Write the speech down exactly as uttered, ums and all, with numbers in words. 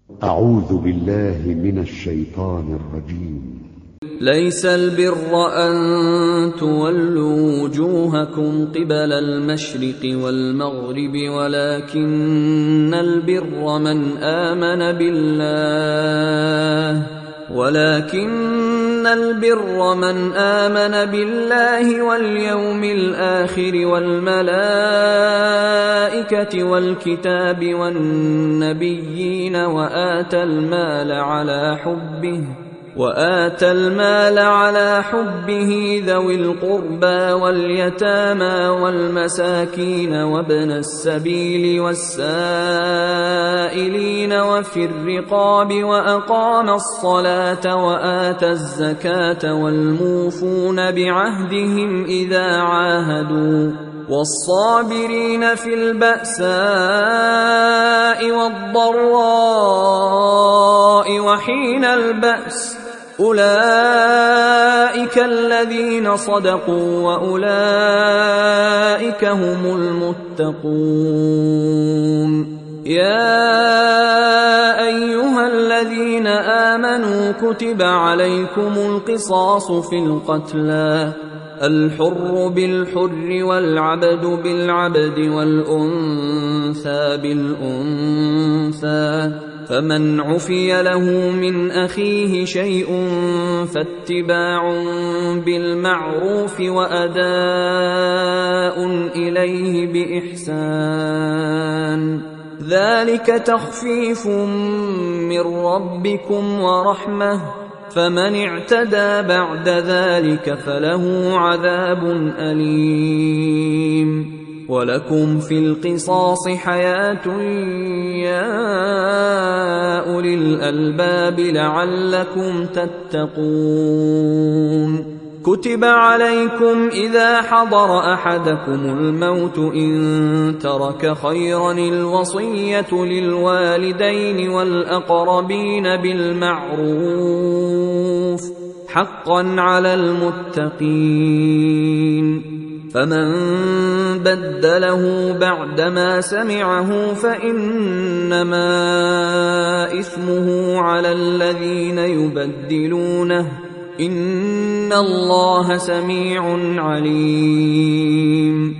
أعوذ بالله من الشيطان الرجيم. ليس البر أن تولوا وجوهكم قبل المشرق والمغرب ولكن البر من آمن بالله ولكن البر من آمن بالله واليوم الآخر والملائكة والكتاب والنبيين وآتى المال على حبه وآتى المال على حبه ذوي القربى واليتامى والمساكين وابن السبيل والسائلين وفي الرقاب وأقام الصلاة وآتى الزكاة والموفون بعهدهم إذا عاهدوا والصابرين في البأساء والضراء وحين البأس أولئك الذين صدقوا وأولئك هم المتقون. يا أيها الذين آمنوا كتب عليكم القصاص في القتلى الحر بالحر والعبد بالعبد والأنثى بالأنثى فمن عفي له من أخيه شيء فاتباع بالمعروف وأداء إليه بإحسان ذلك تخفيف من ربكم ورحمة فمن اعتدى بعد ذلك فله عذاب أليم. ولكم في القصاص حياة يا أولي الألباب لعلكم تتقون. كتب عليكم إذا حضر أحدكم الموت إن ترك خيرا الوصية للوالدين والأقربين بالمعروف حقا على المتقين. فمن بدله بعدما سمعه فإنما إثمه على الذين يبدلونه إن الله سميع عليم.